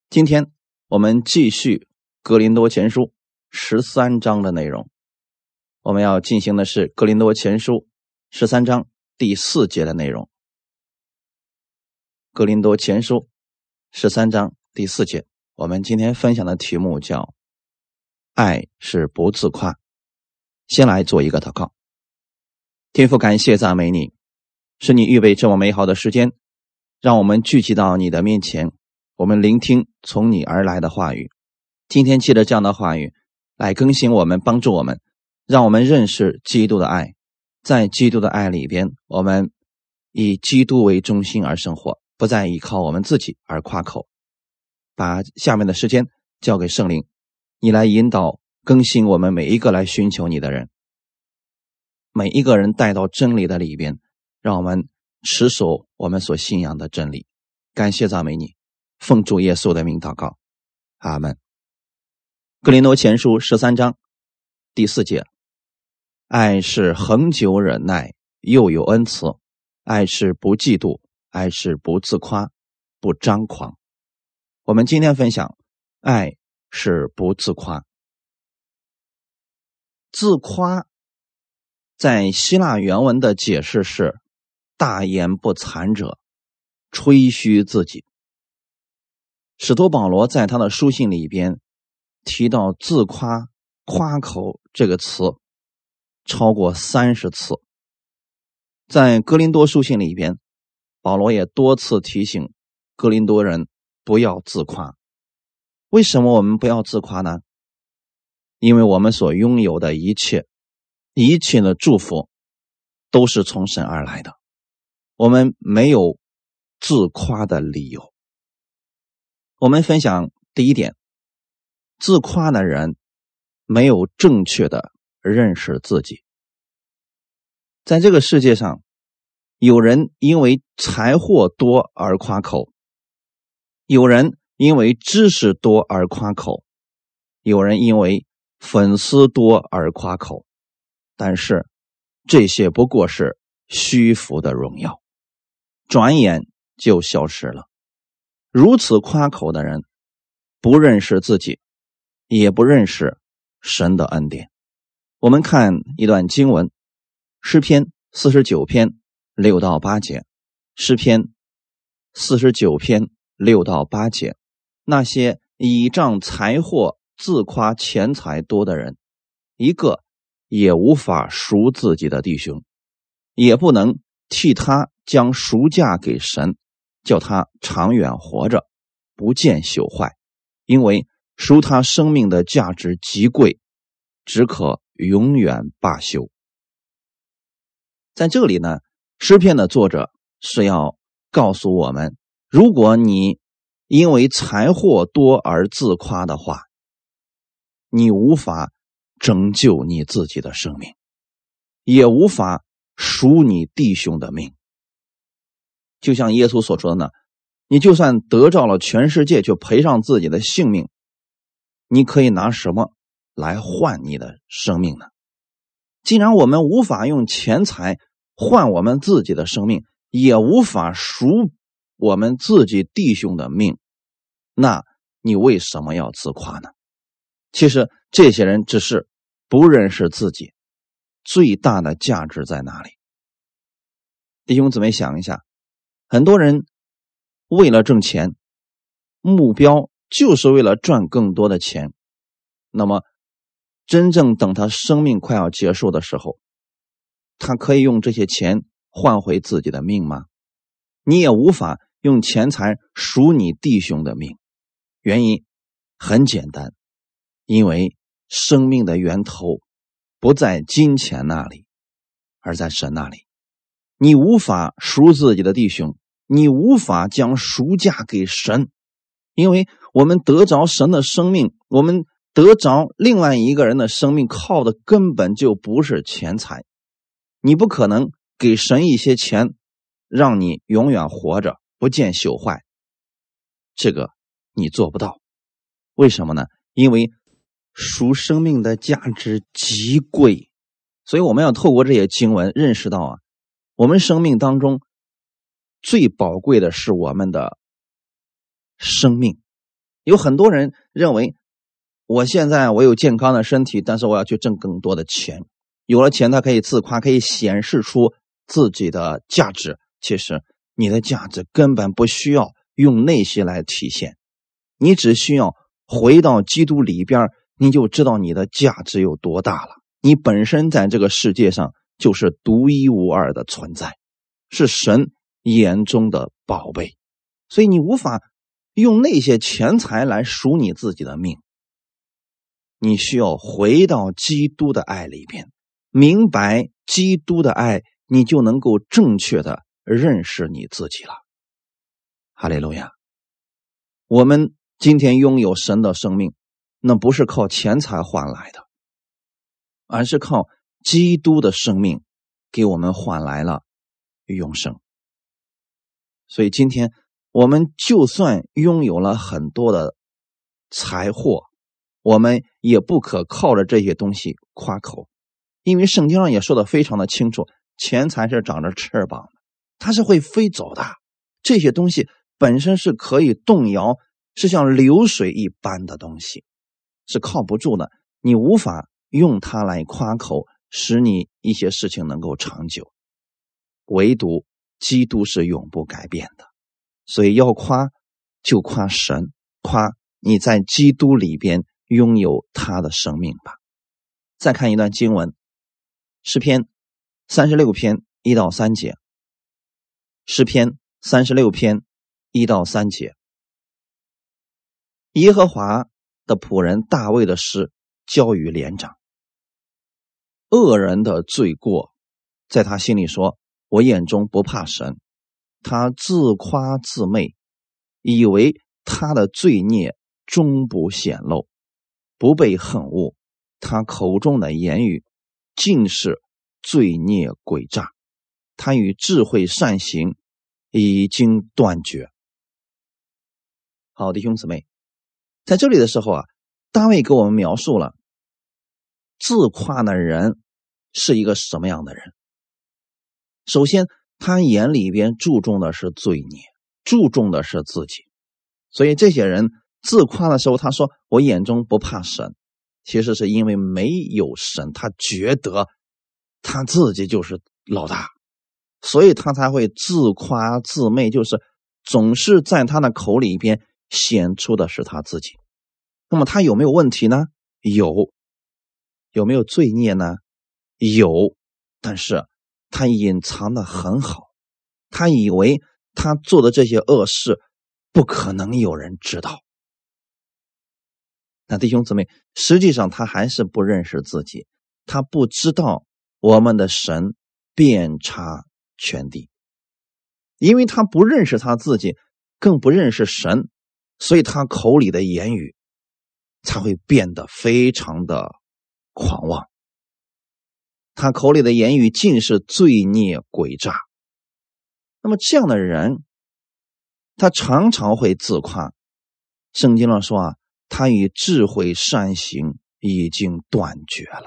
今天我们继续哥林多前书13章的内容，我们要进行的是哥林多前书13章第4节的内容。哥林多前书13章第4节，我们今天分享的题目叫爱是不自夸。先来做一个祷告。天父，感谢赞美你，是你预备这么美好的时间，让我们聚集到你的面前，我们聆听从你而来的话语。今天借着这样的话语来更新我们，帮助我们，让我们认识基督的爱，在基督的爱里边，我们以基督为中心而生活，不再依靠我们自己而夸口。把下面的时间交给圣灵，你来引导更新我们每一个来寻求你的人，每一个人带到真理的里边，让我们持守我们所信仰的真理。感谢赞美你，奉主耶稣的名祷告，阿们。哥林多前书13章第4节，爱是恒久忍耐，又有恩慈；爱是不嫉妒，爱是不自夸，不张狂。我们今天分享爱是不自夸。自夸在希腊原文的解释是大言不惭者，吹嘘自己。使徒保罗在他的书信里边提到自夸、夸口这个词超过30次。在哥林多书信里边，保罗也多次提醒哥林多人不要自夸。为什么我们不要自夸呢？因为我们所拥有的一切的祝福都是从神而来的，我们没有自夸的理由。我们分享第一点，自夸的人没有正确的认识自己。在这个世界上，有人因为财货多而夸口，有人因为知识多而夸口，有人因为粉丝多而夸口，但是这些不过是虚浮的荣耀，转眼就消失了。如此夸口的人不认识自己，也不认识神的恩典。我们看一段经文，诗篇49篇6到8节。诗篇49篇6到8节，那些倚仗财货自夸钱财多的人，一个也无法赎自己的弟兄，也不能替他将赎价给神，叫他长远活着，不见朽坏，因为赎他生命的价值极贵，只可永远罢休。在这里呢，诗篇的作者是要告诉我们，如果你因为财货多而自夸的话，你无法拯救你自己的生命，也无法赎你弟兄的命。就像耶稣所说的呢，你就算得着了全世界，却赔上自己的性命，你可以拿什么来换你的生命呢？既然我们无法用钱财换我们自己的生命，也无法赎我们自己弟兄的命，那你为什么要自夸呢？其实这些人只是不认识自己最大的价值在哪里。弟兄姊妹想一下，很多人为了挣钱，目标就是为了赚更多的钱，那么真正等他生命快要结束的时候，他可以用这些钱换回自己的命吗？你也无法用钱财赎你弟兄的命。原因很简单，因为生命的源头不在金钱那里，而在神那里。你无法赎自己的弟兄，你无法将赎价给神，因为我们得着神的生命，我们得着另外一个人的生命，靠的根本就不是钱财。你不可能给神一些钱让你永远活着，不见朽坏，这个你做不到。为什么呢？因为赎生命的价值极贵，所以我们要透过这些经文认识到我们生命当中最宝贵的是我们的生命， 有很多人认为，我现在我有健康的身体，但是我要去挣更多的钱。有了钱，他可以自夸，可以显示出自己的价值。其实你的价值根本不需要用那些来体现，你只需要回到基督里边，你就知道你的价值有多大了。你本身在这个世界上就是独一无二的存在，是神眼中的宝贝，所以你无法用那些钱财来赎你自己的命。你需要回到基督的爱里边，明白基督的爱，你就能够正确的认识你自己了。哈利路亚！我们今天拥有神的生命，那不是靠钱财换来的，而是靠基督的生命给我们换来了永生。所以今天我们就算拥有了很多的财货，我们也不可靠着这些东西夸口，因为圣经上也说的非常的清楚，钱财是长着翅膀的，它是会飞走的。这些东西本身是可以动摇，是像流水一般的东西，是靠不住的，你无法用它来夸口，使你一些事情能够长久。唯独基督是永不改变的，所以要夸就夸神，夸你在基督里边拥有他的生命吧。再看一段经文，诗篇36篇1到3节。诗篇36篇1到3节。耶和华的仆人大卫的诗交于连长。恶人的罪过在他心里说，我眼中不怕神。他自夸自媚，以为他的罪孽终不显露，不被恨恶。他口中的言语尽是罪孽诡诈，他与智慧善行已经断绝。好，弟兄姊妹，在这里的时候啊，大卫给我们描述了自夸的人是一个什么样的人。首先，他眼里边注重的是罪孽，注重的是自己，所以这些人自夸的时候，他说我眼中不怕神，其实是因为没有神，他觉得他自己就是老大，所以他才会自夸自媚，就是总是在他的口里边显出的是他自己。那么他有没有问题呢？有。有没有罪孽呢？有。但是他隐藏得很好，他以为他做的这些恶事不可能有人知道。那弟兄姊妹，实际上他还是不认识自己，他不知道我们的神遍察全地，因为他不认识他自己，更不认识神，所以他口里的言语才会变得非常的狂妄。他口里的言语尽是罪孽诡诈。那么这样的人，他常常会自夸。圣经上说啊，他与智慧善行已经断绝了。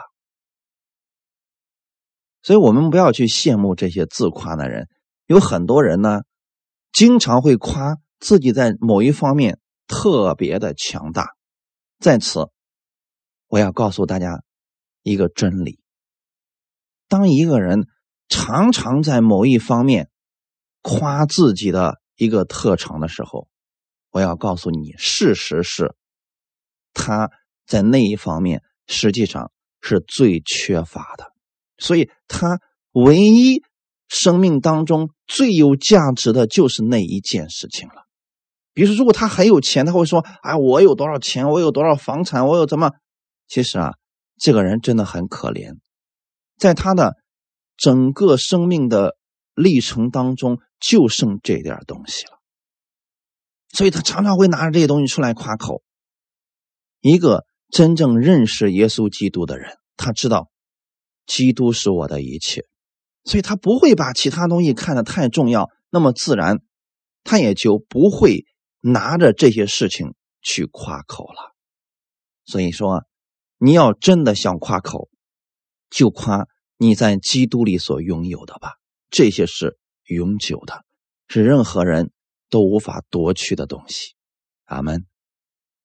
所以我们不要去羡慕这些自夸的人。有很多人呢，经常会夸自己在某一方面特别的强大。在此，我要告诉大家一个真理。当一个人常常在某一方面夸自己的一个特长的时候，我要告诉你，事实是他在那一方面实际上是最缺乏的，所以他唯一生命当中最有价值的就是那一件事情了。比如说，如果他很有钱，他会说，哎，我有多少钱，我有多少房产，我有怎么。其实啊，这个人真的很可怜，在他的整个生命的历程当中就剩这点东西了，所以他常常会拿着这些东西出来夸口。一个真正认识耶稣基督的人，他知道基督是我的一切，所以他不会把其他东西看得太重要，那么自然他也就不会拿着这些事情去夸口了。所以说，你要真的想夸口，就夸你在基督里所拥有的吧，这些是永久的，是任何人都无法夺去的东西。阿们。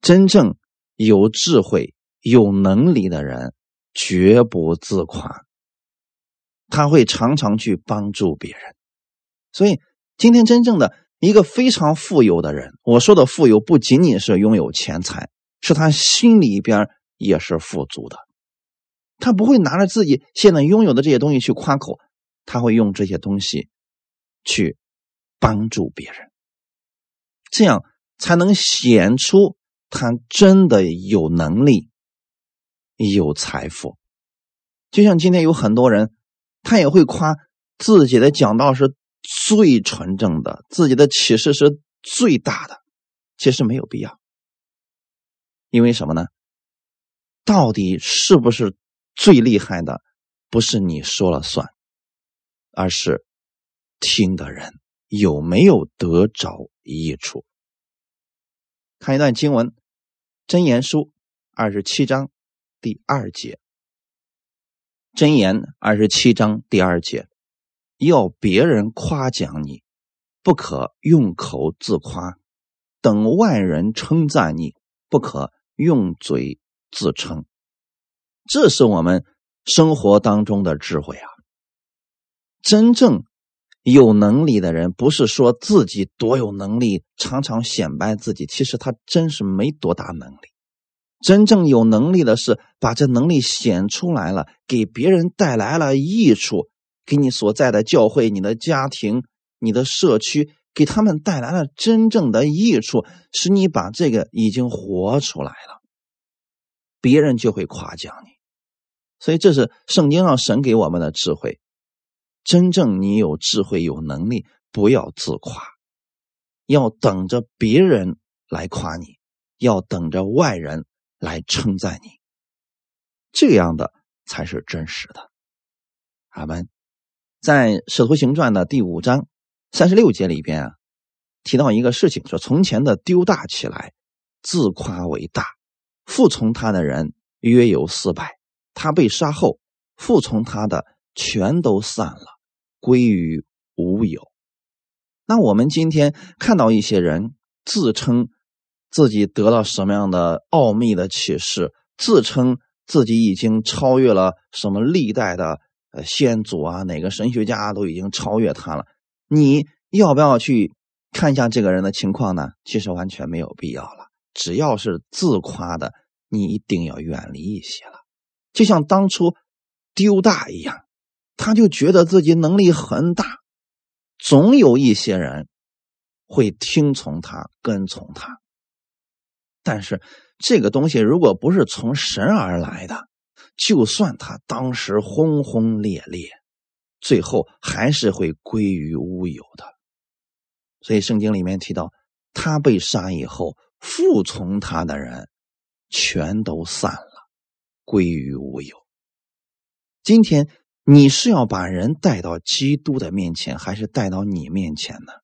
真正有智慧、有能力的人绝不自夸，他会常常去帮助别人。所以今天真正的一个非常富有的人，我说的富有不仅仅是拥有钱财，是他心里边也是富足的。他不会拿着自己现在拥有的这些东西去夸口，他会用这些东西去帮助别人，这样才能显出他真的有能力、有财富。就像今天有很多人，他也会夸自己的讲道是最纯正的，自己的启示是最大的，其实没有必要。因为什么呢？到底是不是最厉害的，不是你说了算，而是听的人有没有得着益处。看一段经文，箴言书27章第2节。箴言27章第2节，要别人夸奖你，不可用口自夸；等外人称赞你，不可用嘴自称。这是我们生活当中的智慧啊！真正有能力的人，不是说自己多有能力，常常显摆自己，其实他真是没多大能力。真正有能力的是把这能力显出来了，给别人带来了益处，给你所在的教会、你的家庭、你的社区，给他们带来了真正的益处，使你把这个已经活出来了，别人就会夸奖你。所以这是圣经上神给我们的智慧。真正你有智慧、有能力，不要自夸，要等着别人来夸你，要等着外人来称赞你，这样的才是真实的。阿们。在使徒行传的第5章36节里边提到一个事情，说从前的丢大起来，自夸为大，服从他的人约有400，他被杀后，服从他的全都散了，归于无有。那我们今天看到一些人自称自己得到什么样的奥秘的启示，自称自己已经超越了什么历代的先祖啊，哪个神学家都已经超越他了，你要不要去看一下这个人的情况呢？其实完全没有必要了。只要是自夸的，你一定要远离一些了。就像当初丢大一样，他就觉得自己能力很大，总有一些人会听从他、跟从他。但是这个东西如果不是从神而来的，就算他当时轰轰烈烈，最后还是会归于乌有的。所以圣经里面提到，他被杀以后，服从他的人全都散了，归于乌有。今天你是要把人带到基督的面前，还是带到你面前呢？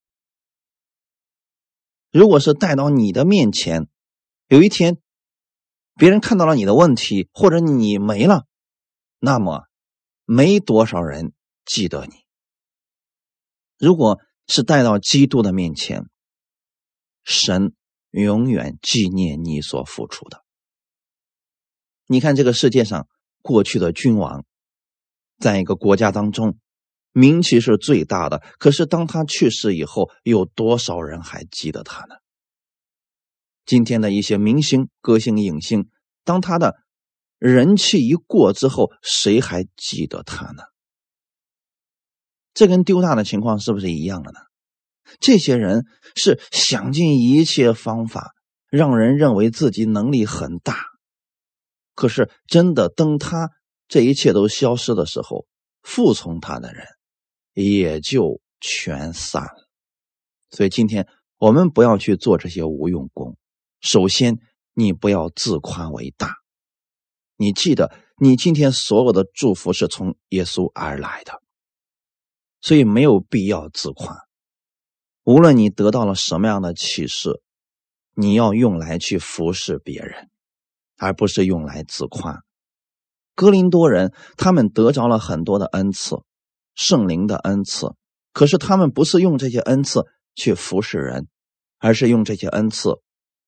如果是带到你的面前，有一天别人看到了你的问题，或者你没了，那么没多少人记得你。如果是带到基督的面前，神永远纪念你所付出的。你看这个世界上过去的君王，在一个国家当中名气是最大的，可是当他去世以后，有多少人还记得他呢？今天的一些明星、歌星、影星，当他的人气一过之后，谁还记得他呢？这跟丢大的情况是不是一样的呢？这些人是想尽一切方法让人认为自己能力很大，可是真的等他这一切都消失的时候，服从他的人也就全散了。所以今天我们不要去做这些无用功。首先你不要自夸为大，你记得你今天所有的祝福是从耶稣而来的，所以没有必要自夸。无论你得到了什么样的启示，你要用来去服侍别人，而不是用来自夸。哥林多人他们得着了很多的恩赐，圣灵的恩赐，可是他们不是用这些恩赐去服侍人，而是用这些恩赐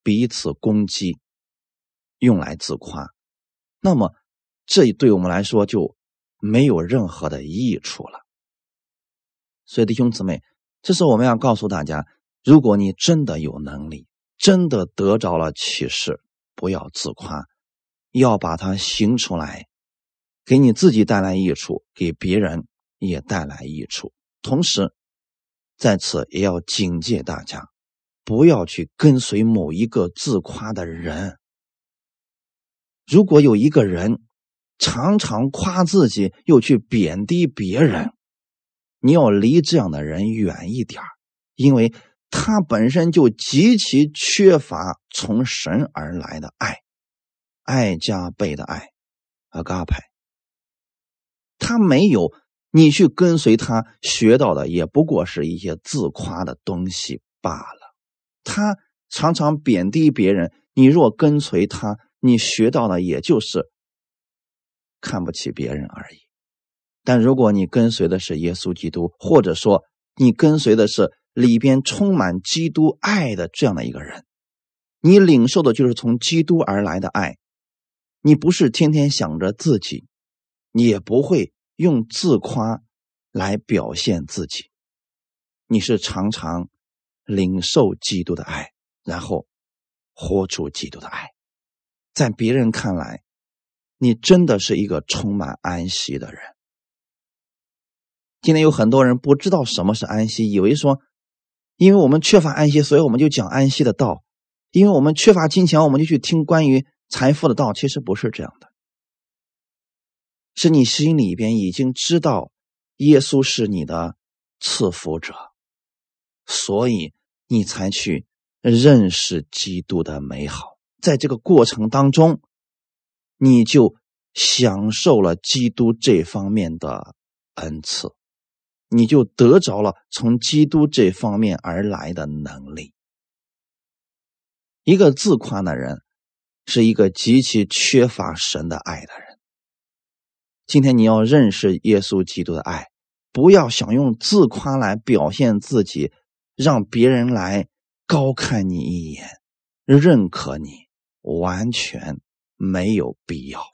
彼此攻击，用来自夸，那么这对我们来说就没有任何的益处了。所以弟兄姊妹，这是我们要告诉大家，如果你真的有能力，真的得着了启示，不要自夸，要把它行出来，给你自己带来益处，给别人也带来益处。同时在此也要警戒大家，不要去跟随某一个自夸的人。如果有一个人常常夸自己，又去贬低别人，你要离这样的人远一点，因为他本身就极其缺乏从神而来的爱，爱加倍的爱，阿嘎派。他没有，你去跟随他学到的也不过是一些自夸的东西罢了。他常常贬低别人，你若跟随他，你学到的也就是看不起别人而已。但如果你跟随的是耶稣基督，或者说你跟随的是里边充满基督爱的这样的一个人，你领受的就是从基督而来的爱，你不是天天想着自己，你也不会用自夸来表现自己，你是常常领受基督的爱，然后活出基督的爱。在别人看来，你真的是一个充满安息的人。今天有很多人不知道什么是安息，以为说因为我们缺乏安息，所以我们就讲安息的道，因为我们缺乏金钱，我们就去听关于财富的道。其实不是这样的，是你心里边已经知道耶稣是你的赐福者，所以你才去认识基督的美好。在这个过程当中，你就享受了基督这方面的恩赐，你就得着了从基督这方面而来的能力。一个自夸的人是一个极其缺乏神的爱的人。今天你要认识耶稣基督的爱，不要想用自夸来表现自己，让别人来高看你一眼，认可你，完全没有必要。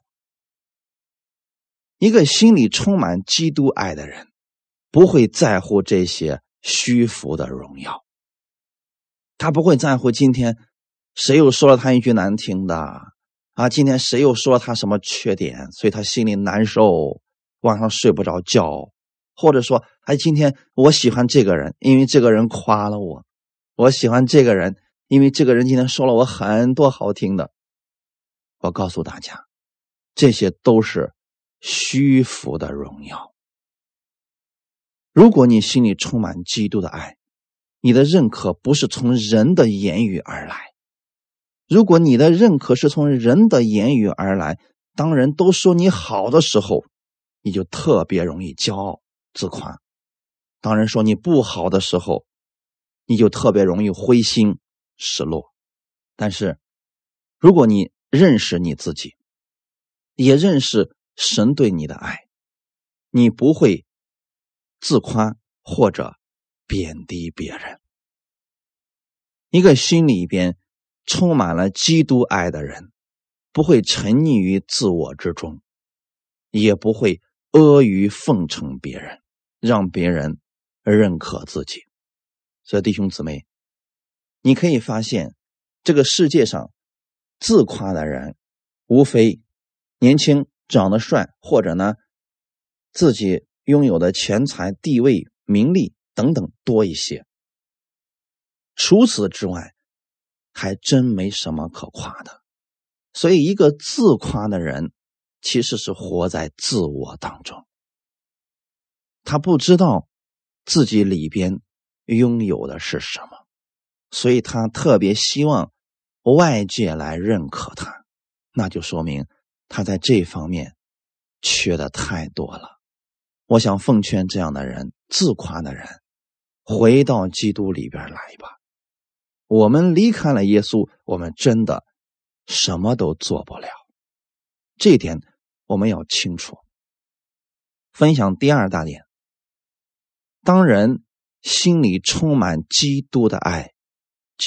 一个心里充满基督爱的人，不会在乎这些虚浮的荣耀，他不会在乎今天谁又说了他一句难听的今天谁又说了他什么缺点，所以他心里难受，晚上睡不着觉，或者说今天我喜欢这个人，因为这个人夸了我，我喜欢这个人，因为这个人今天说了我很多好听的。我告诉大家，这些都是虚浮的荣耀。如果你心里充满基督的爱，你的认可不是从人的言语而来。如果你的认可是从人的言语而来，当人都说你好的时候，你就特别容易骄傲自夸。当人说你不好的时候，你就特别容易灰心失落。但是如果你认识你自己，也认识神对你的爱，你不会自夸或者贬低别人。一个心里边充满了基督爱的人，不会沉溺于自我之中，也不会阿谀奉承别人，让别人认可自己。所以弟兄姊妹，你可以发现这个世界上自夸的人无非年轻长得帅，或者呢自己拥有的钱财地位名利等等多一些，除此之外还真没什么可夸的。所以一个自夸的人其实是活在自我当中，他不知道自己里边拥有的是什么，所以他特别希望外界来认可他，那就说明他在这方面缺的太多了。我想奉劝这样的人，自夸的人，回到基督里边来吧。我们离开了耶稣，我们真的什么都做不了，这一点我们要清楚。分享第二大点，当人心里充满基督的爱，就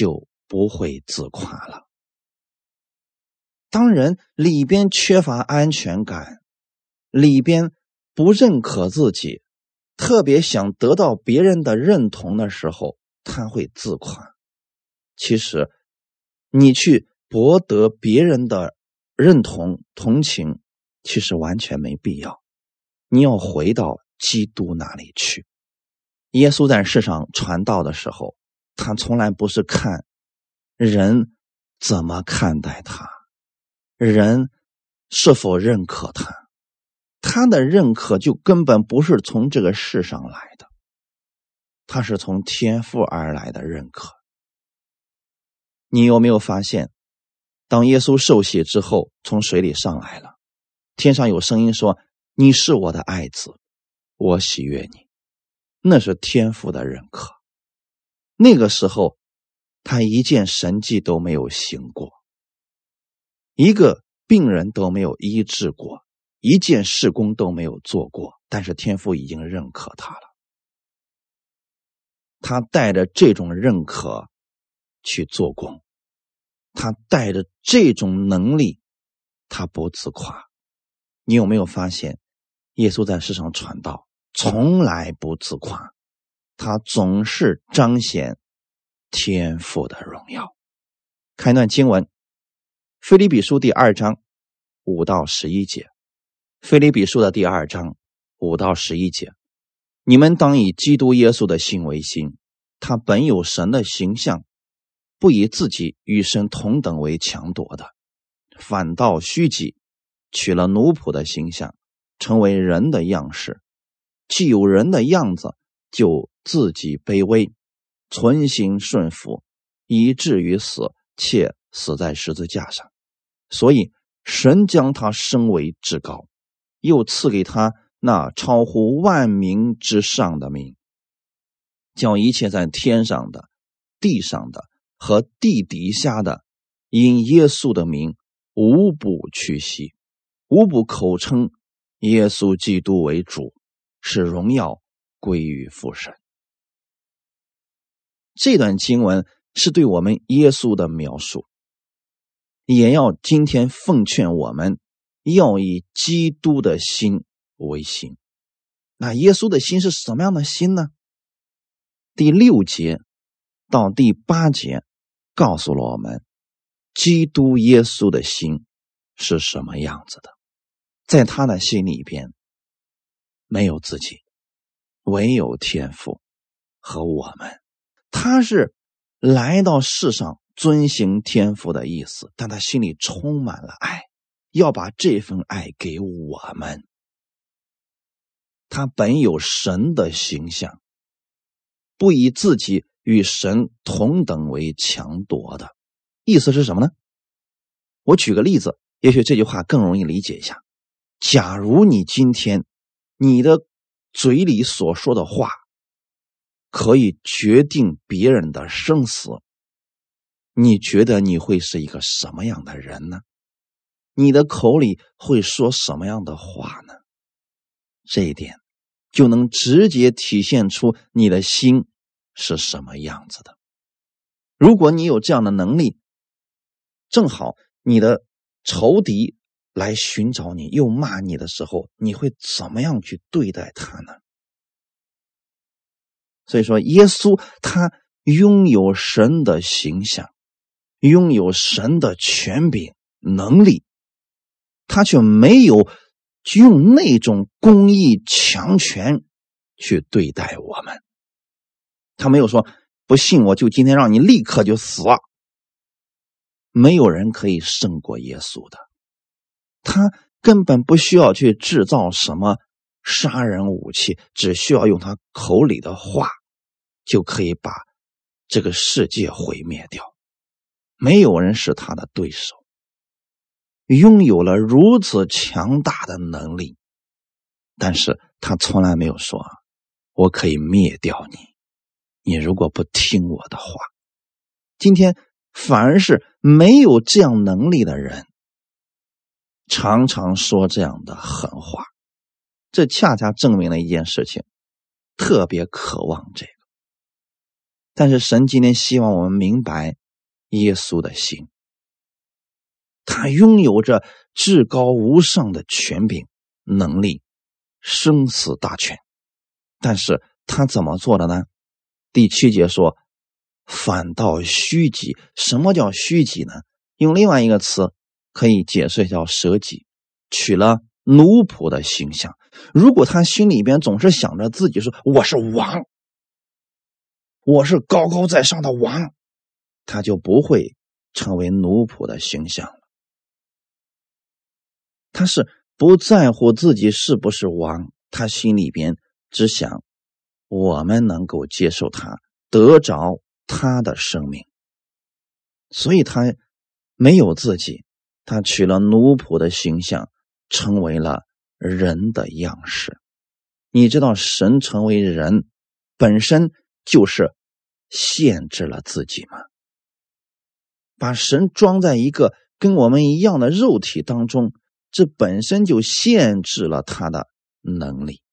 不会自夸了。当人里边缺乏安全感，里边不认可自己，特别想得到别人的认同的时候，他会自夸。其实你去博得别人的认同同情，其实完全没必要。你要回到基督那里去。耶稣在世上传道的时候，他从来不是看人怎么看待他，人是否认可他，他的认可就根本不是从这个世上来的，他是从天父而来的认可。你有没有发现，当耶稣受洗之后从水里上来了，天上有声音说，你是我的爱子，我喜悦你。那是天父的认可。那个时候他一件神迹都没有行过，一个病人都没有医治过，一件事工都没有做过，但是天父已经认可他了。他带着这种认可去做工，他带着这种能力，他不自夸。你有没有发现，耶稣在世上传道从来不自夸，他总是彰显天父的荣耀。看一段经文，腓立比书第2章5到11节。腓立比书的第2章5到11节，你们当以基督耶稣的心为心，他本有神的形象，不以自己与神同等为强夺的，反倒虚己，取了奴仆的形象，成为人的样式。既有人的样子，就自己卑微，存心顺服，以至于死，且死在十字架上。所以神将他升为至高，又赐给他那超乎万民之上的名，叫一切在天上的、地上的和地底下的，因耶稣的名无不屈膝，无不口称耶稣基督为主，使荣耀归于父神。这段经文是对我们耶稣的描述，也要今天奉劝我们要以基督的心为心。那耶稣的心是什么样的心呢？第6节到第8节告诉了我们基督耶稣的心是什么样子的。在他的心里边没有自己，唯有天父和我们。他是来到世上遵行天父的意思，但他心里充满了爱，要把这份爱给我们。他本有神的形象，不以自己与神同等为强夺的。意思是什么呢？我举个例子，也许这句话更容易理解一下。假如你今天你的嘴里所说的话可以决定别人的生死，你觉得你会是一个什么样的人呢？你的口里会说什么样的话呢？这一点就能直接体现出你的心是什么样子的。如果你有这样的能力，正好你的仇敌来寻找你又骂你的时候，你会怎么样去对待他呢？所以说耶稣他拥有神的形象，拥有神的权柄能力，他却没有用那种公义强权去对待我们。他没有说不信我就今天让你立刻就死了。没有人可以胜过耶稣的，他根本不需要去制造什么杀人武器，只需要用他口里的话就可以把这个世界毁灭掉。没有人是他的对手，拥有了如此强大的能力，但是他从来没有说我可以灭掉你，你如果不听我的话。今天反而是没有这样能力的人常常说这样的狠话，这恰恰证明了一件事情，特别渴望这个。但是神今天希望我们明白， 耶稣的心。他拥有着至高无上的权柄、能力、生死大权，但是他怎么做的呢？第7节说，反倒虚己。什么叫虚己呢？用另外一个词可以解释，叫舍己，取了奴仆的形象。如果他心里边总是想着自己说我是王，我是高高在上的王，他就不会成为奴仆的形象了。他是不在乎自己是不是王，他心里边只想我们能够接受他，得着他的生命。所以他没有自己，他取了奴仆的形象，成为了人的样式。你知道神成为人本身就是限制了自己吗？把神装在一个跟我们一样的肉体当中，这本身就限制了他的能力。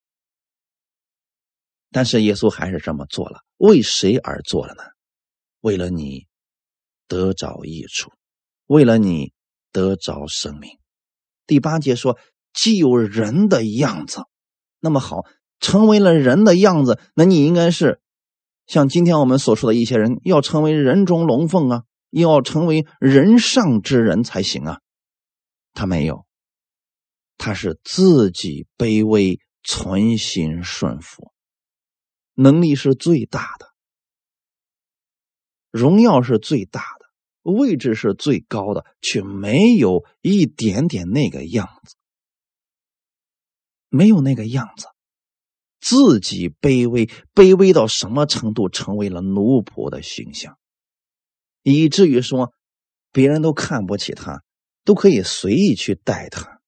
但是耶稣还是这么做了，为谁而做了呢？为了你得着益处，为了你得着生命。第8节说，既有人的样子，那么好，成为了人的样子，那你应该是像今天我们所说的一些人，要成为人中龙凤啊，要成为人上之人才行啊。他没有，他是自己卑微，存心顺服，能力是最大的，荣耀是最大的，位置是最高的，却没有一点点那个样子，没有那个样子。自己卑微，卑微到什么程度？成为了奴仆的形象，以至于说别人都看不起他，都可以随意去待他。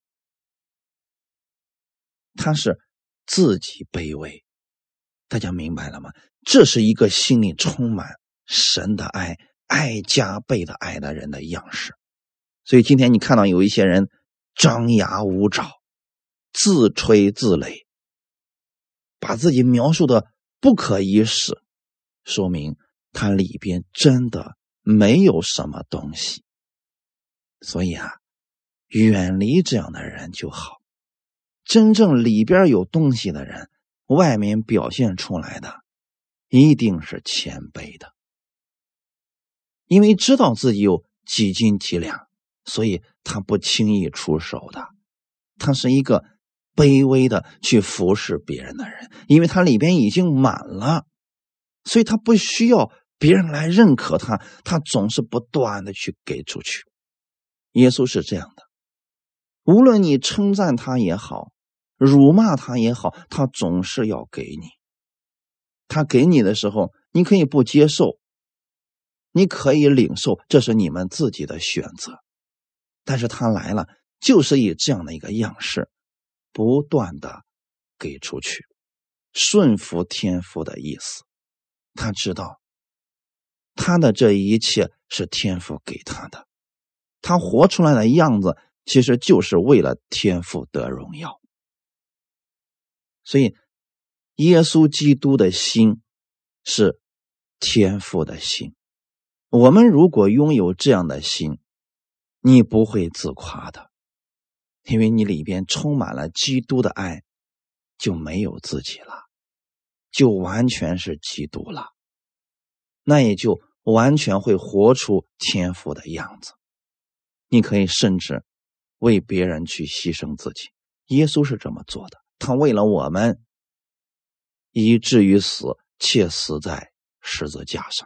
他是自己卑微，大家明白了吗？这是一个心里充满神的爱，爱加倍的爱的人的样式。所以今天你看到有一些人张牙舞爪，自吹自擂，把自己描述的不可一世，说明他里边真的没有什么东西。所以远离这样的人就好。真正里边有东西的人，外面表现出来的一定是谦卑的，因为知道自己有几斤几两，所以他不轻易出手的。他是一个卑微的去服侍别人的人，因为他里边已经满了，所以他不需要别人来认可他，他总是不断的去给出去。耶稣是这样的，无论你称赞他也好，辱骂他也好，他总是要给你。他给你的时候，你可以不接受，你可以领受，这是你们自己的选择。但是他来了，就是以这样的一个样式，不断的给出去，顺服天父的意思。他知道他的这一切是天父给他的，他活出来的样子其实就是为了天父得荣耀。所以耶稣基督的心是天父的心。我们如果拥有这样的心，你不会自夸的，因为你里边充满了基督的爱，就没有自己了，就完全是基督了，那也就完全会活出天父的样子。你可以甚至为别人去牺牲自己，耶稣是这么做的，他为了我们以至于死，且死在十字架上。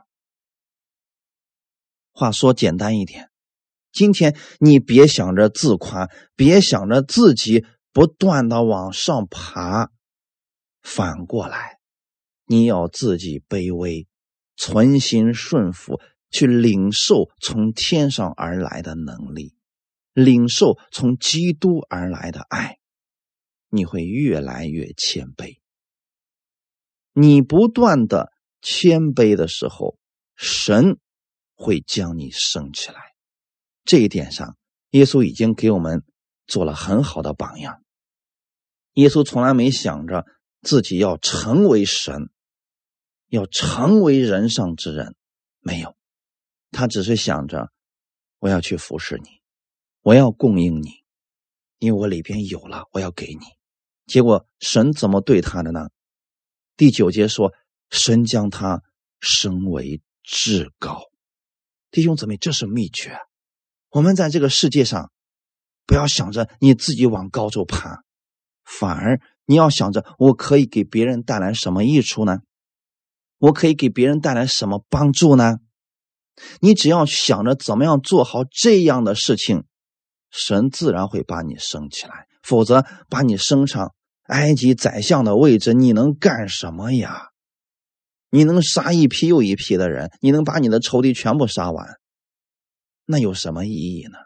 话说简单一点，今天你别想着自夸，别想着自己不断的往上爬，反过来你要自己卑微，存心顺服，去领受从天上而来的能力，领受从基督而来的爱，你会越来越谦卑。你不断的谦卑的时候，神会将你升起来。这一点上，耶稣已经给我们做了很好的榜样。耶稣从来没想着自己要成为神，要成为人上之人，没有。 他只是想着我要去服侍你，我要供应你，因为我里边有了，我要给你。结果神怎么对他的呢？第9节说，神将他升为至高。弟兄姊妹，这是秘诀。我们在这个世界上，不要想着你自己往高处爬，反而你要想着我可以给别人带来什么益处呢？我可以给别人带来什么帮助呢？你只要想着怎么样做好这样的事情，神自然会把你升起来。否则把你升上埃及宰相的位置，你能干什么呀？你能杀一批又一批的人，你能把你的仇敌全部杀完，那有什么意义呢？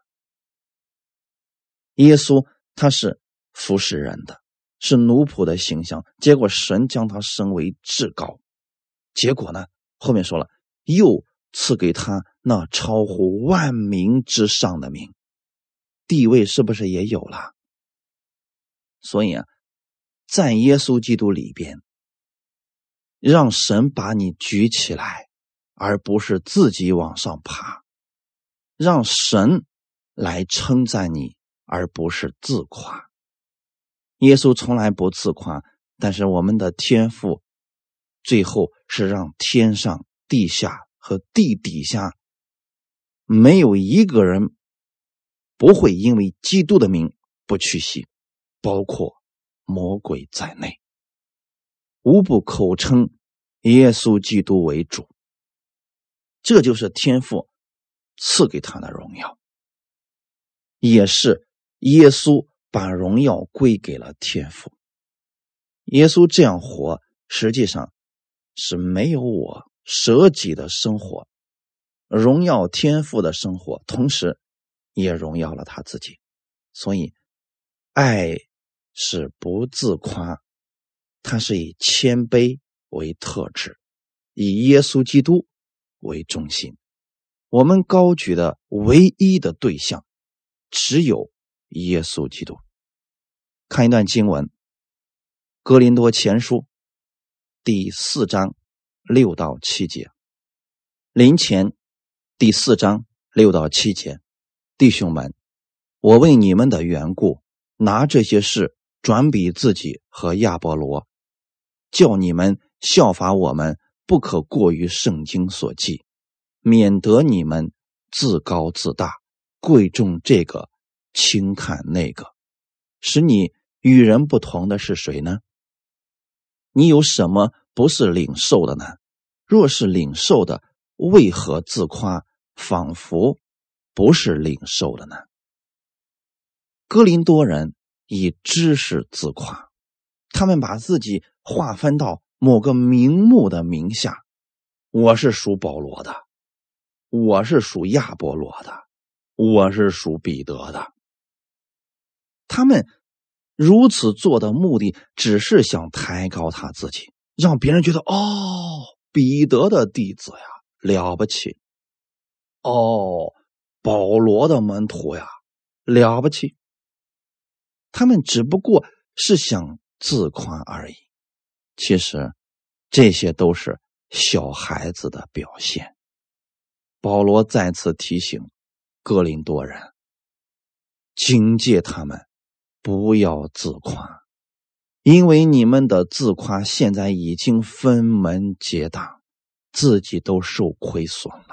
耶稣他是服侍人的，是奴仆的形象，结果神将他升为至高。结果呢，后面说了，又赐给他那超乎万民之上的名，地位是不是也有了？所以在耶稣基督里边，让神把你举起来，而不是自己往上爬，让神来称赞你，而不是自夸。耶稣从来不自夸，但是我们的天父最后是让天上地下和地底下没有一个人不会因为基督的名不屈膝，包括魔鬼在内，无不口称耶稣基督为主。这就是天父赐给他的荣耀，也是耶稣把荣耀归给了天父。耶稣这样活，实际上是没有我舍己的生活，荣耀天父的生活，同时也荣耀了他自己。所以爱是不自夸，它是以谦卑为特质，以耶稣基督为中心。我们高举的唯一的对象只有耶稣基督。看一段经文，哥林多前书第4章6到7节，林前第4章6到7节，弟兄们，我为你们的缘故，拿这些事转比自己和亚波罗，叫你们效法我们，不可过于圣经所记，免得你们自高自大，贵重这个，轻看那个。使你与人不同的是谁呢？你有什么不是领受的呢？若是领受的，为何自夸，仿佛不是领受的呢？哥林多人以知识自夸，他们把自己划分到某个名目的名下，我是属保罗的，我是属亚波罗的，我是属彼得的。他们如此做的目的，只是想抬高他自己，让别人觉得彼得的弟子呀，了不起；保罗的门徒呀，了不起。他们只不过是想自夸而已，其实这些都是小孩子的表现。保罗再次提醒哥林多人，警戒他们不要自夸，因为你们的自夸现在已经分门结党，自己都受亏损了。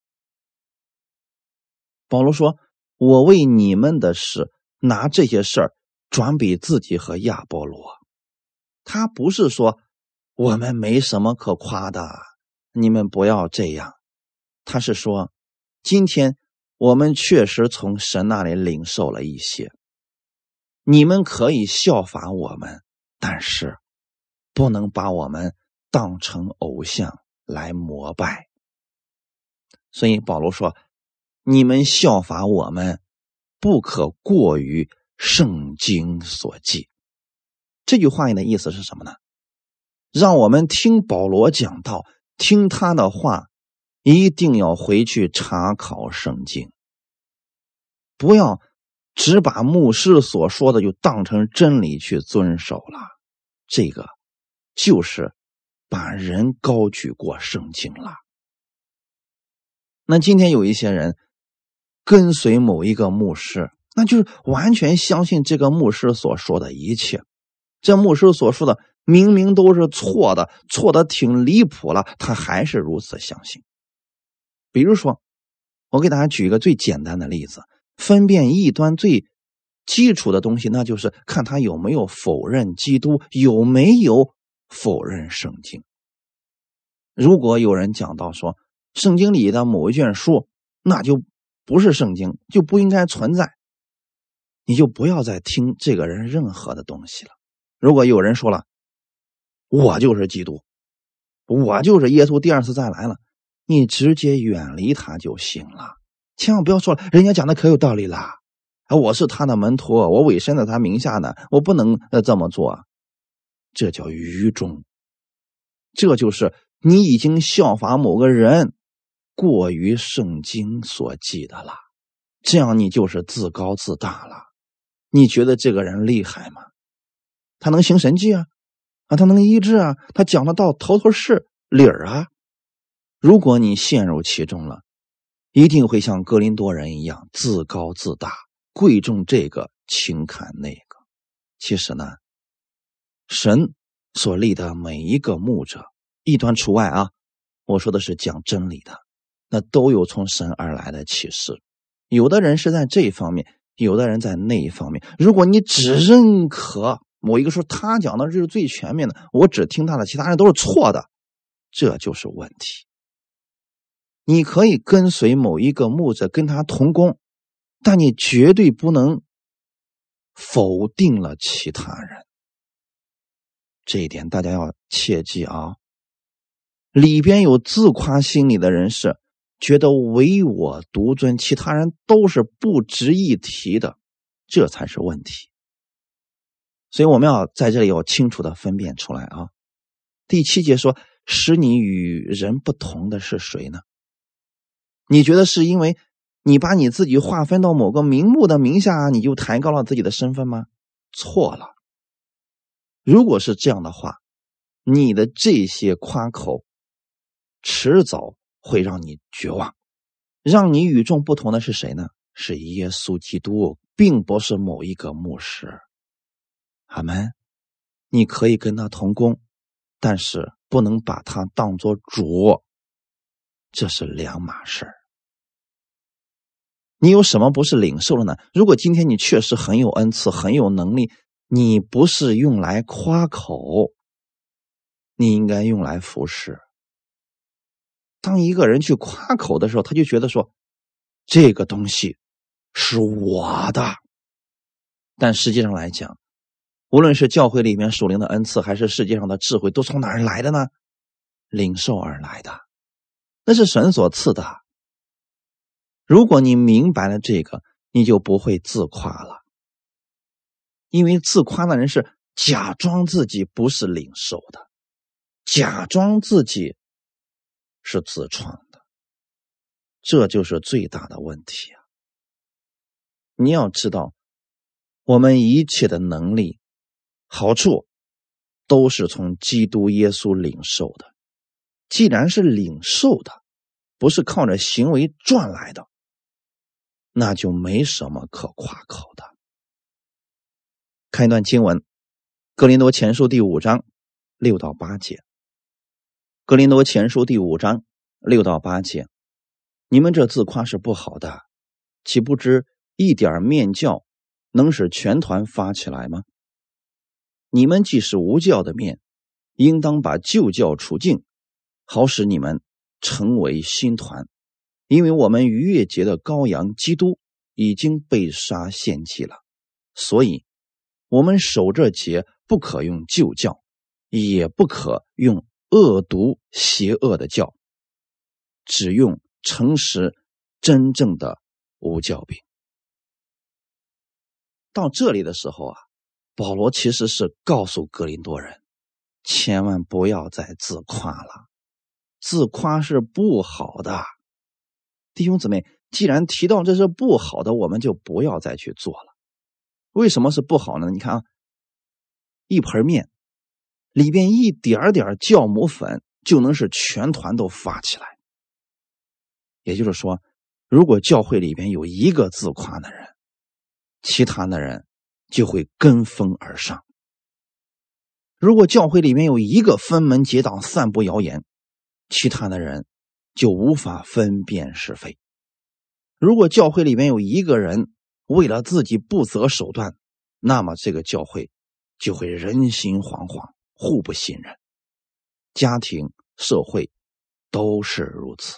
保罗说，我为你们的事拿这些事儿转比自己和亚波罗。他不是说我们没什么可夸的，你们不要这样。他是说，今天我们确实从神那里领受了一些，你们可以效法我们，但是不能把我们当成偶像来膜拜。所以保罗说，你们效法我们，不可过于圣经所记。这句话的意思是什么呢？让我们听保罗讲道，听他的话，一定要回去查考圣经，不要只把牧师所说的就当成真理去遵守了，这个就是把人高举过圣经了。 那今天有一些人跟随某一个牧师，那就是完全相信这个牧师所说的一切，这牧师所说的明明都是错的，错的挺离谱了，他还是如此相信。比如说，我给大家举一个最简单的例子，分辨异端最基础的东西，那就是看他有没有否认基督，有没有否认圣经。如果有人讲到说圣经里的某一卷书那就不是圣经，就不应该存在，你就不要再听这个人任何的东西了。如果有人说了我就是基督，我就是耶稣第二次再来了，你直接远离他就行了，千万不要说了人家讲的可有道理啦，我是他的门徒，我委身在他名下呢，我不能这么做，这叫愚忠。这就是你已经效法某个人过于圣经所记的了，这样你就是自高自大了。你觉得这个人厉害吗？他能行神迹啊，他能医治啊，他讲的道头头是理儿啊。如果你陷入其中了，一定会像哥林多人一样自高自大，贵重这个轻看那个。其实呢，神所立的每一个牧者，异端除外啊，我说的是讲真理的，那都有从神而来的启示。有的人是在这一方面，有的人在那一方面。如果你只认可某一个说他讲的是最全面的，我只听他的，其他人都是错的，这就是问题。你可以跟随某一个牧者，跟他同工，但你绝对不能否定了其他人。这一点大家要切记啊！里边有自夸心理的人是觉得唯我独尊，其他人都是不值一提的，这才是问题。所以我们要在这里要清楚的分辨出来啊。第7节说，使你与人不同的是谁呢？你觉得是因为你把你自己划分到某个名目的名下，你就抬高了自己的身份吗？错了。如果是这样的话，你的这些夸口迟早会让你绝望。让你与众不同的是谁呢？是耶稣基督，并不是某一个牧师。阿们。你可以跟他同工，但是不能把他当作主，这是两码事。你有什么不是领受了呢？如果今天你确实很有恩赐，很有能力，你不是用来夸口，你应该用来服侍。当一个人去夸口的时候，他就觉得说这个东西是我的。但实际上来讲，无论是教会里面属灵的恩赐，还是世界上的智慧，都从哪儿来的呢？领受而来的，那是神所赐的。如果你明白了这个，你就不会自夸了。因为自夸的人是假装自己不是领受的，假装自己是自创的，这就是最大的问题啊！你要知道，我们一切的能力、好处都是从基督耶稣领受的。既然是领受的，不是靠着行为赚来的，那就没什么可夸口的。看一段经文，哥林多前书第5章6到8节。哥林多前书第5章6到8节，你们这自夸是不好的，岂不知一点面教能使全团发起来吗？你们既是无教的面，应当把旧教除尽，好使你们成为新团。因为我们逾越节的羔羊基督已经被杀献祭了，所以我们守这节不可用旧教，也不可用恶毒邪恶的教，只用诚实真正的无教饼。到这里的时候啊，保罗其实是告诉哥林多人，千万不要再自夸了，自夸是不好的。弟兄姊妹，既然提到这是不好的，我们就不要再去做了。为什么是不好呢？你看啊，一盆面里边一点点酵母粉就能使全团都发起来。 也就是说，如果教会里边有一个自夸的人，其他的人就会跟风而上。如果教会里面有一个分门结党散布谣言，其他的人就无法分辨是非。如果教会里面有一个人为了自己不择手段，那么这个教会就会人心惶惶，互不信任。家庭、社会都是如此。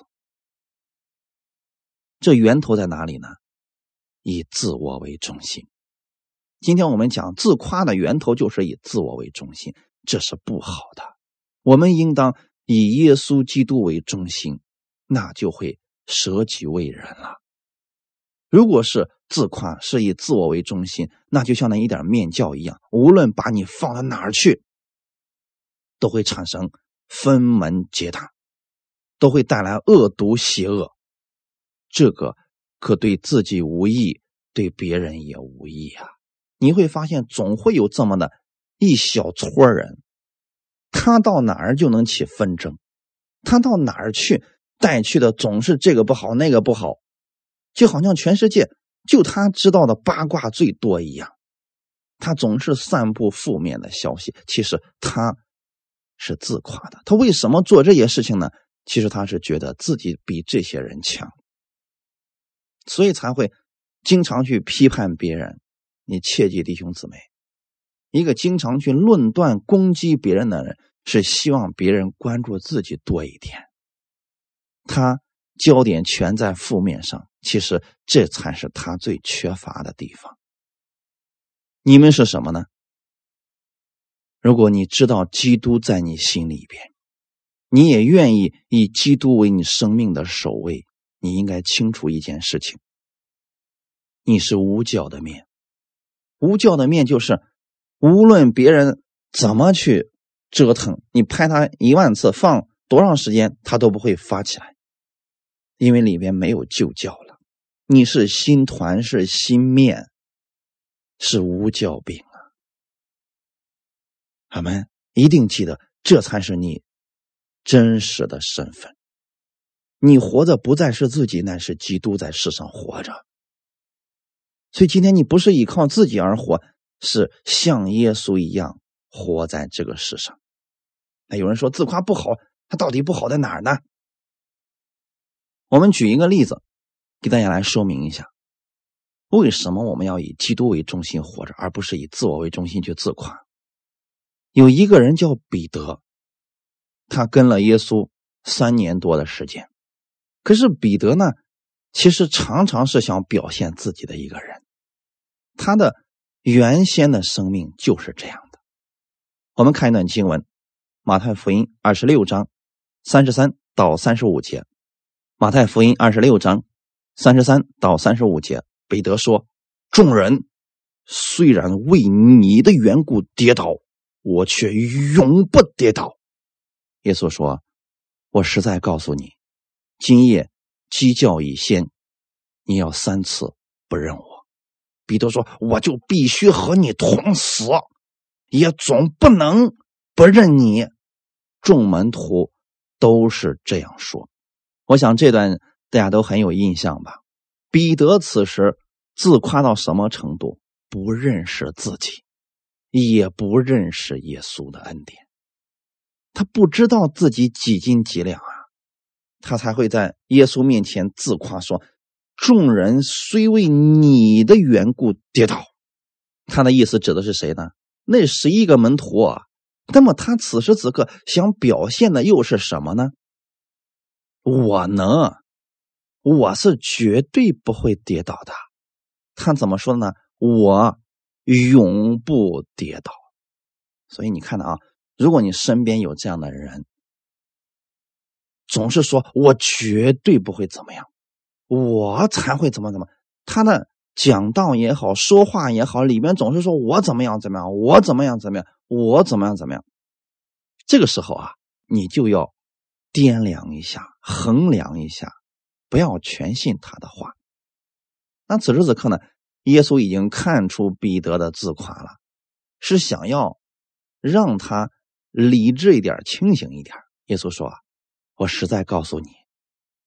这源头在哪里呢？以自我为中心。今天我们讲自夸的源头就是以自我为中心，这是不好的。我们应当以耶稣基督为中心，那就会舍己为人了。如果是自夸是以自我为中心，那就像那一点面酵一样，无论把你放到哪儿去，都会产生分门结党，都会带来恶毒邪恶。这个可对自己无益，对别人也无益啊。你会发现总会有这么的一小撮人，他到哪儿就能起纷争，他到哪儿去带去的总是这个不好那个不好，就好像全世界就他知道的八卦最多一样。他总是散布负面的消息，其实他是自夸的。他为什么做这些事情呢？其实他是觉得自己比这些人强，所以才会经常去批判别人。你切记，弟兄姊妹，一个经常去论断攻击别人的人，是希望别人关注自己多一点，他焦点全在负面上，其实这才是他最缺乏的地方。你们是什么呢？如果你知道基督在你心里边，你也愿意以基督为你生命的首位，你应该清楚一件事情，你是无酵的面。无酵的面就是无论别人怎么去折腾，你拍它10000次，放多长时间它都不会发起来，因为里面没有旧酵了。你是新团，是新面，是无酵饼啊！阿们，一定记得，这才是你真实的身份。你活着不再是自己，乃是基督在世上活着。所以今天你不是依靠自己而活，是像耶稣一样活在这个世上。那有人说自夸不好，它到底不好在哪儿呢？我们举一个例子给大家来说明一下，为什么我们要以基督为中心活着，而不是以自我为中心去自夸。有一个人叫彼得，他跟了耶稣3年多的时间，可是彼得呢，其实常常是想表现自己的一个人，他的原先的生命就是这样的。我们看一段经文，马太福音26章33到35节。马太福音26章33到35节，彼得说：众人虽然为你的缘故跌倒，我却永不跌倒。耶稣说：我实在告诉你，今夜鸡叫以先，你要3次不认我。彼得说：我就必须和你同死，也总不能不认你。众门徒都是这样说。我想这段大家都很有印象吧。彼得此时自夸到什么程度？不认识自己，也不认识耶稣的恩典，他不知道自己几斤几两啊，他才会在耶稣面前自夸说：众人虽为你的缘故跌倒。他的意思指的是谁呢？那11个门徒啊。那么他此时此刻想表现的又是什么呢？我是绝对不会跌倒的。他怎么说呢？我永不跌倒。所以你看到啊，如果你身边有这样的人，总是说我绝对不会怎么样，我才会怎么，他的讲道也好，说话也好，里面总是说我怎么样，我怎么样，我怎么样。这个时候啊，你就要掂量一下，衡量一下，不要全信他的话。那此时此刻呢，耶稣已经看出彼得的自夸了，是想要让他理智一点，清醒一点。耶稣说：我实在告诉你，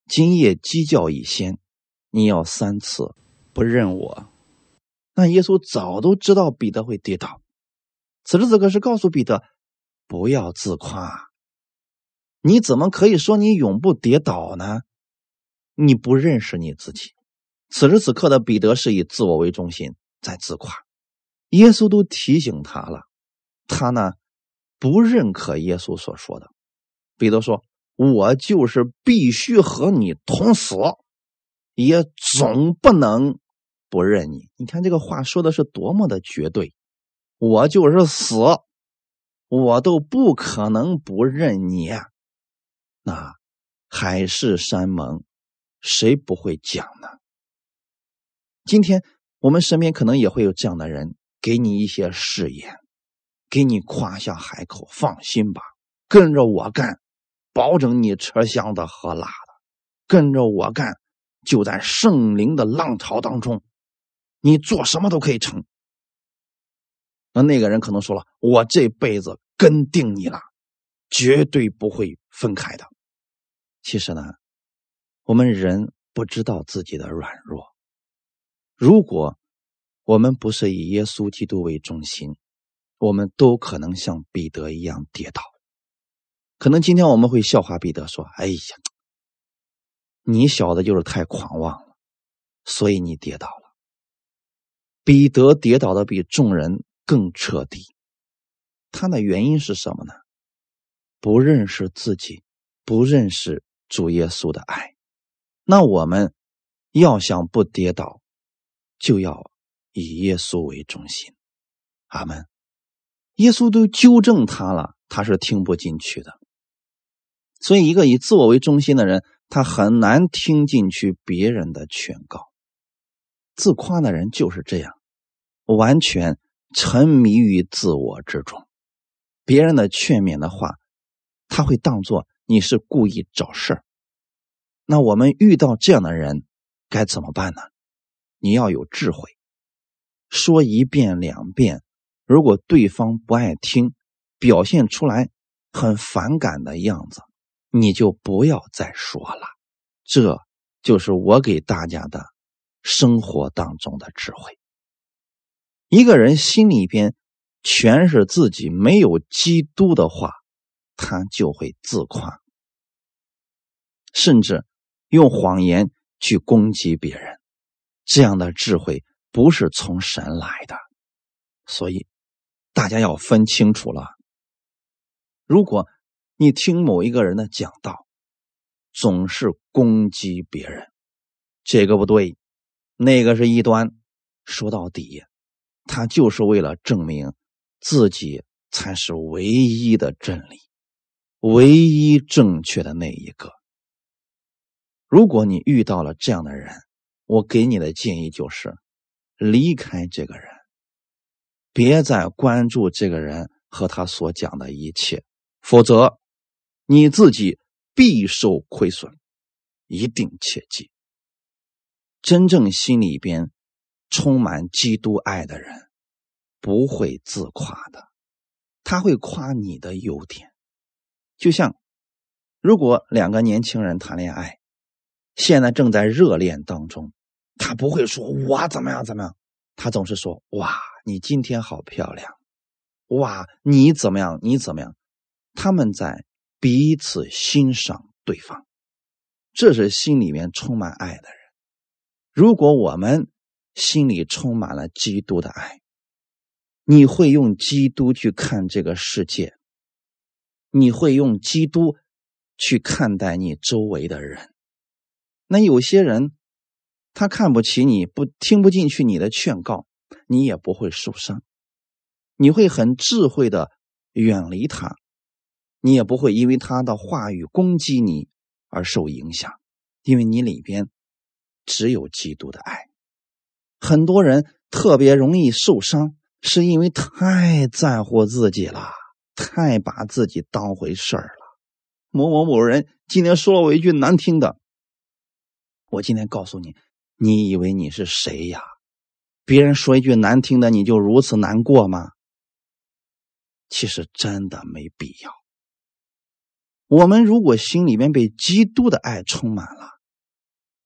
今夜鸡叫以先，你要3次不认我。那耶稣早都知道彼得会跌倒，此时此刻是告诉彼得，不要自夸。你怎么可以说你永不跌倒呢？你不认识你自己。此时此刻的彼得是以自我为中心，在自夸。耶稣都提醒他了，他呢不认可耶稣所说的。彼得说，我就是必须和你同死，也总不能不认你。你看这个话说的是多么的绝对，我就是死，我都不可能不认你。那海誓山盟，谁不会讲呢？今天我们身边可能也会有这样的人，给你一些誓言，给你夸下海口，放心吧，跟着我干，保证你吃香的喝辣的，跟着我干，就在圣灵的浪潮当中，你做什么都可以成。那个人可能说了，我这辈子跟定你了，绝对不会分开的。其实呢，我们人不知道自己的软弱。如果我们不是以耶稣基督为中心，我们都可能像彼得一样跌倒。可能今天我们会笑话彼得说，哎呀，你小子就是太狂妄了，所以你跌倒了。彼得跌倒的比众人更彻底，他的原因是什么呢？不认识自己，不认识主耶稣的爱。那我们要想不跌倒，就要以耶稣为中心。阿们。耶稣都纠正他了，他是听不进去的。所以一个以自我为中心的人，他很难听进去别人的劝告。自夸的人就是这样，完全沉迷于自我之中。别人的劝勉的话，他会当作你是故意找事儿。那我们遇到这样的人该怎么办呢？你要有智慧，说1遍2遍，如果对方不爱听，表现出来很反感的样子，你就不要再说了。这就是我给大家的生活当中的智慧。一个人心里边全是自己，没有基督的话，他就会自夸，甚至用谎言去攻击别人。这样的智慧不是从神来的。所以大家要分清楚了。如果你听某一个人的讲道，总是攻击别人，这个不对，那个是异端，说到底他就是为了证明自己才是唯一的真理，唯一正确的那一个。如果你遇到了这样的人，我给你的建议就是离开这个人，别再关注这个人和他所讲的一切，否则你自己必受亏损。一定切记，真正心里边充满基督爱的人不会自夸的，他会夸你的优点。就像如果2个年轻人谈恋爱，现在正在热恋当中，他不会说哇怎么样怎么样，他总是说哇你今天好漂亮，哇你怎么样你怎么样。他们在彼此欣赏对方，这是心里面充满爱的人。如果我们心里充满了基督的爱，你会用基督去看这个世界，你会用基督去看待你周围的人。那有些人他看不起你，听不进去你的劝告，你也不会受伤，你会很智慧的远离他，你也不会因为他的话语攻击你而受影响，因为你里边只有基督的爱。很多人特别容易受伤，是因为太在乎自己了，太把自己当回事儿了。某某某人今天说了我一句难听的，我今天告诉你，你以为你是谁呀？别人说一句难听的你就如此难过吗？其实真的没必要。我们如果心里面被基督的爱充满了，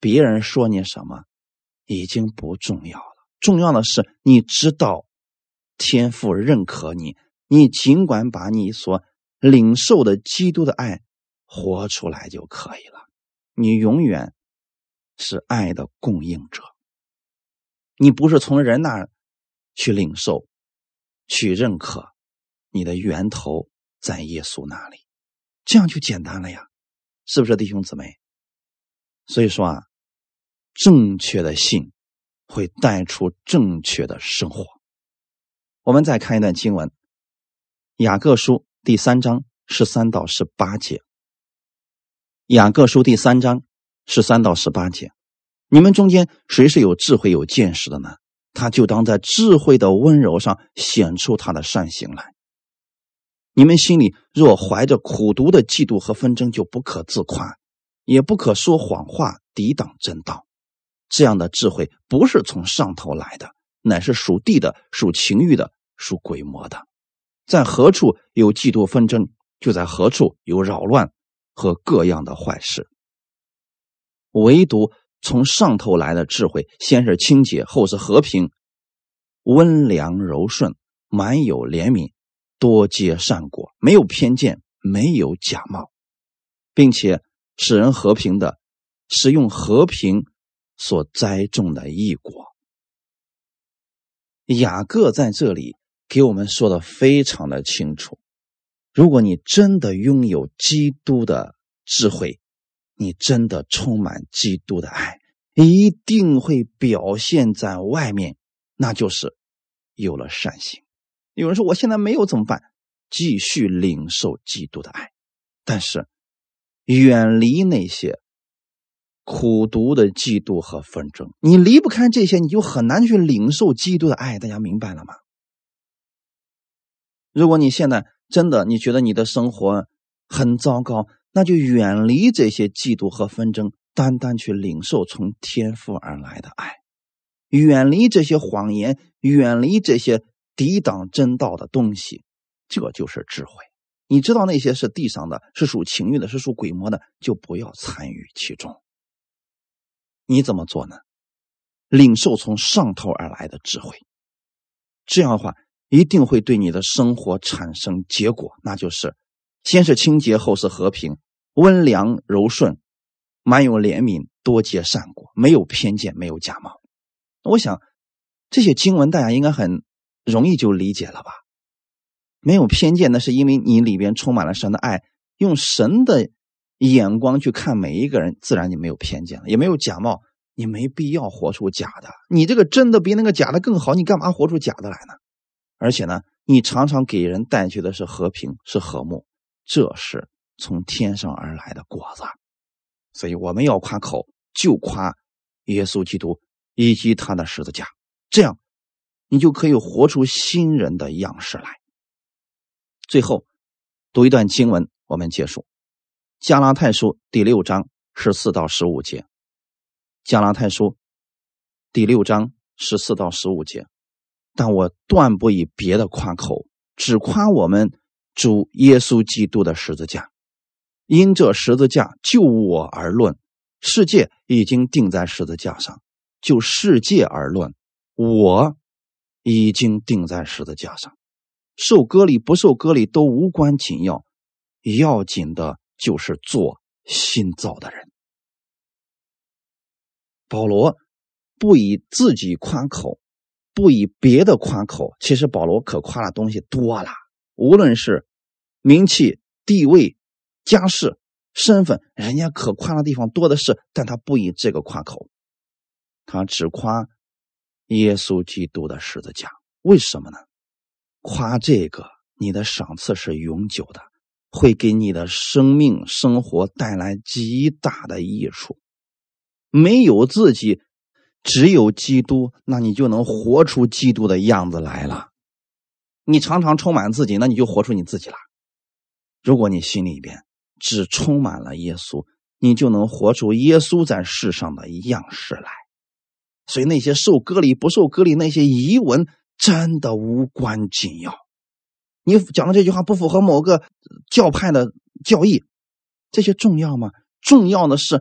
别人说你什么已经不重要了，重要的是你知道天父认可你，你尽管把你所领受的基督的爱活出来就可以了。你永远是爱的供应者，你不是从人那儿去领受去认可，你的源头在耶稣那里，这样就简单了呀，是不是弟兄姊妹？所以说啊，正确的信会带出正确的生活。我们再看一段经文，雅各书第3章13到18节。雅各书第3章13到18节，你们中间谁是有智慧有见识的呢？他就当在智慧的温柔上显出他的善行来。你们心里若怀着苦毒的嫉妒和纷争，就不可自夸，也不可说谎话抵挡真道。这样的智慧不是从上头来的，乃是属地的，属情欲的，属鬼魔的。在何处有嫉妒纷争，就在何处有扰乱和各样的坏事。唯独从上头来的智慧，先是清洁，后是和平，温良柔顺，满有怜悯，多结善果，没有偏见，没有假冒，并且使人和平的，是用和平所栽种的义果。雅各在这里给我们说的非常的清楚，如果你真的拥有基督的智慧，你真的充满基督的爱，一定会表现在外面，那就是有了善行。有人说我现在没有怎么办？继续领受基督的爱，但是远离那些苦毒的嫉妒和纷争。你离不开这些，你就很难去领受基督的爱，大家明白了吗？如果你现在真的你觉得你的生活很糟糕，那就远离这些嫉妒和纷争，单单去领受从天父而来的爱，远离这些谎言，远离这些抵挡真道的东西，这就是智慧。你知道那些是地上的，是属情欲的，是属鬼魔的，就不要参与其中。你怎么做呢？领受从上头而来的智慧，这样的话一定会对你的生活产生结果，那就是先是清洁，后是和平，温良柔顺，满有怜悯，多结善果，没有偏见，没有假冒。我想这些经文大家应该很容易就理解了吧？没有偏见，那是因为你里边充满了神的爱，用神的眼光去看每一个人，自然你没有偏见了，也没有假冒，你没必要活出假的。你这个真的比那个假的更好，你干嘛活出假的来呢？而且呢，你常常给人带去的是和平，是和睦，这是从天上而来的果子。所以我们要夸口，就夸耶稣基督以及他的十字架，这样你就可以活出新人的样式来。最后读一段经文，我们结束。加拉太书第6章14到15节。加拉太书第6章14到15节。但我断不以别的夸口，只夸我们主耶稣基督的十字架。因这十字架就我而论，世界已经定在十字架上；就世界而论，我已经定在十字架上。受割礼不受割礼都无关紧要，要紧的就是做新造的人。保罗不以自己夸口，不以别的夸口，其实保罗可夸的东西多了，无论是名气、地位、家世、身份，人家可夸的地方多的是，但他不以这个夸口，他只夸耶稣基督的十字架。为什么呢？夸这个，你的赏赐是永久的，会给你的生命生活带来极大的益处。没有自己，只有基督，那你就能活出基督的样子来了。你常常充满自己，那你就活出你自己了。如果你心里边只充满了耶稣，你就能活出耶稣在世上的样式来。所以那些受割礼不受割礼，那些遗文真的无关紧要。你讲的这句话不符合某个教派的教义，这些重要吗？重要的是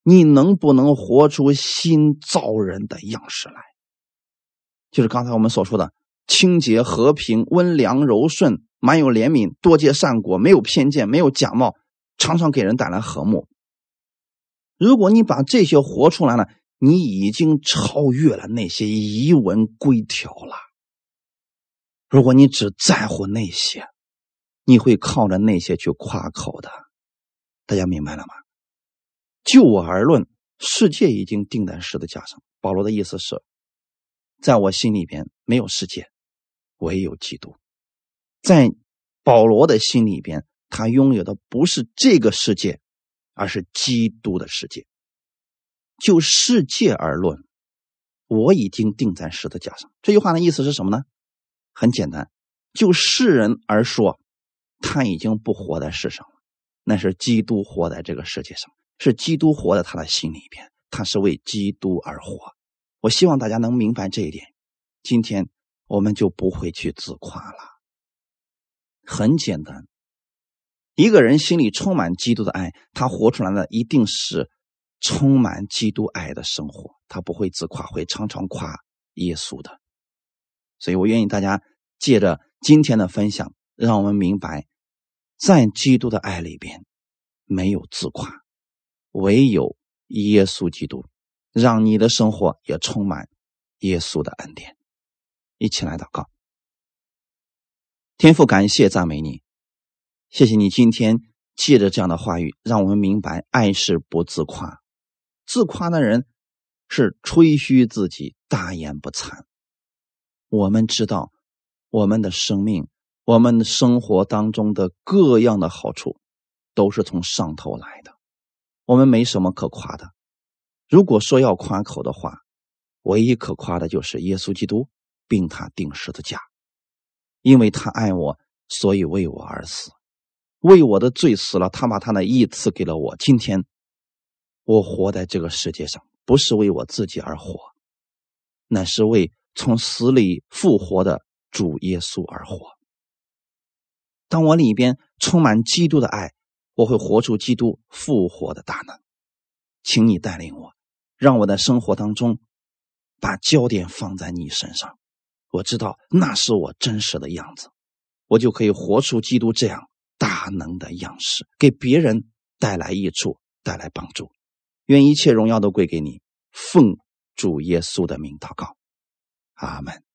你能不能活出新造人的样式来？就是刚才我们所说的清洁、和平、温良、柔顺，满有怜悯，多结善果，没有偏见，没有假冒，常常给人带来和睦。如果你把这些活出来了，你已经超越了那些仪文规条了。如果你只在乎那些，你会靠着那些去夸口的。大家明白了吗？就我而论，世界已经钉在十字架上。保罗的意思是，在我心里边没有世界，唯有基督。在保罗的心里边，他拥有的不是这个世界，而是基督的世界。就世界而论，我已经钉在十字架上。这句话的意思是什么呢？很简单，就世人而说，他已经不活在世上了，那是基督活在这个世界上，是基督活在他的心里边，他是为基督而活。我希望大家能明白这一点，今天我们就不会去自夸了。很简单，一个人心里充满基督的爱，他活出来的一定是充满基督爱的生活，他不会自夸，会常常夸耶稣的。所以我愿意大家借着今天的分享，让我们明白，在基督的爱里边没有自夸，唯有耶稣基督，让你的生活也充满耶稣的恩典。一起来祷告。天父，感谢赞美你，谢谢你今天借着这样的话语，让我们明白爱是不自夸，自夸的人是吹嘘自己，大言不惭。我们知道我们的生命，我们的生活当中的各样的好处都是从上头来的，我们没什么可夸的。如果说要夸口的话，唯一可夸的就是耶稣基督，并他钉十字架。因为他爱我，所以为我而死，为我的罪死了，他把他的义赐给了我。今天我活在这个世界上，不是为我自己而活，乃是为从死里复活的主耶稣而活。当我里边充满基督的爱，我会活出基督复活的大能。请你带领我，让我在生活当中把焦点放在你身上，我知道那是我真实的样子，我就可以活出基督这样大能的样式，给别人带来益处，带来帮助。愿一切荣耀都归给你，奉主耶稣的名祷告，阿们。